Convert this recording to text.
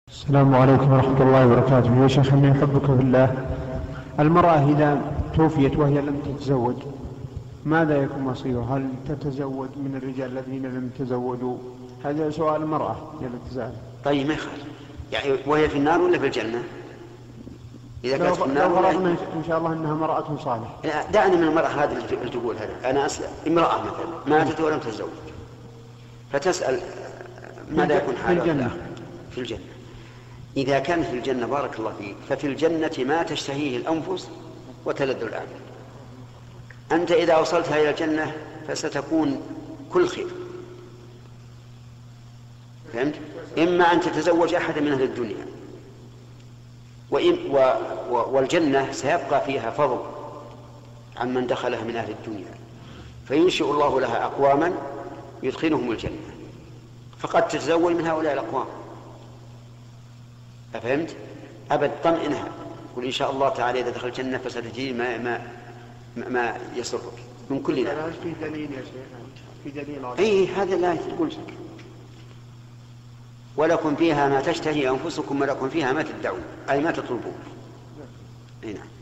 السلام عليكم ورحمة الله وبركاته. يا شيخ إني أحبك في الله. المرأة إذا توفيت وهي لم تتزوج ماذا يكون مصيرها؟ هل تتزوج من الرجال الذين لم يتزوجوا؟ هذا سؤال المرأة جلت تسأل. طيب ما يخالف، يعني وهي في النار ولا في الجنة؟ إذا كانت في النار لو فرضنا إن شاء الله أنها مرأة صالحة. دعني من المرأة هذه اللي تقول هذا. أنا أسأل امرأة مثلا ماتت ولم تتزوج فتسأل ماذا يكون حالها؟ في الجنة. في الجنة. إذا كانت في الجنة بارك الله فيك، ففي الجنة ما تشتهيه الأنفس وتلذ الأعين. أنت إذا وصلتها إلى الجنة فستكون كل خير، فهمت؟ إما أن تتزوج أحد من أهل الدنيا، والجنة سيبقى فيها فضل عن من دخلها من أهل الدنيا، فينشئ الله لها أقواما يدخلهم الجنة، فقد تتزوج من هؤلاء الأقوام. أفهمت؟ أبد طمئنها، قل إن شاء الله تعالى إذا دخل الجنة فستجد ما يسرك من كل نعم. في دليل يا شيخ، في دليل. هذا لا تقول شك. ولكم فيها ما تشتهي أنفسكم ولكم فيها ما تدعون، أي ما تطلبون. نعم.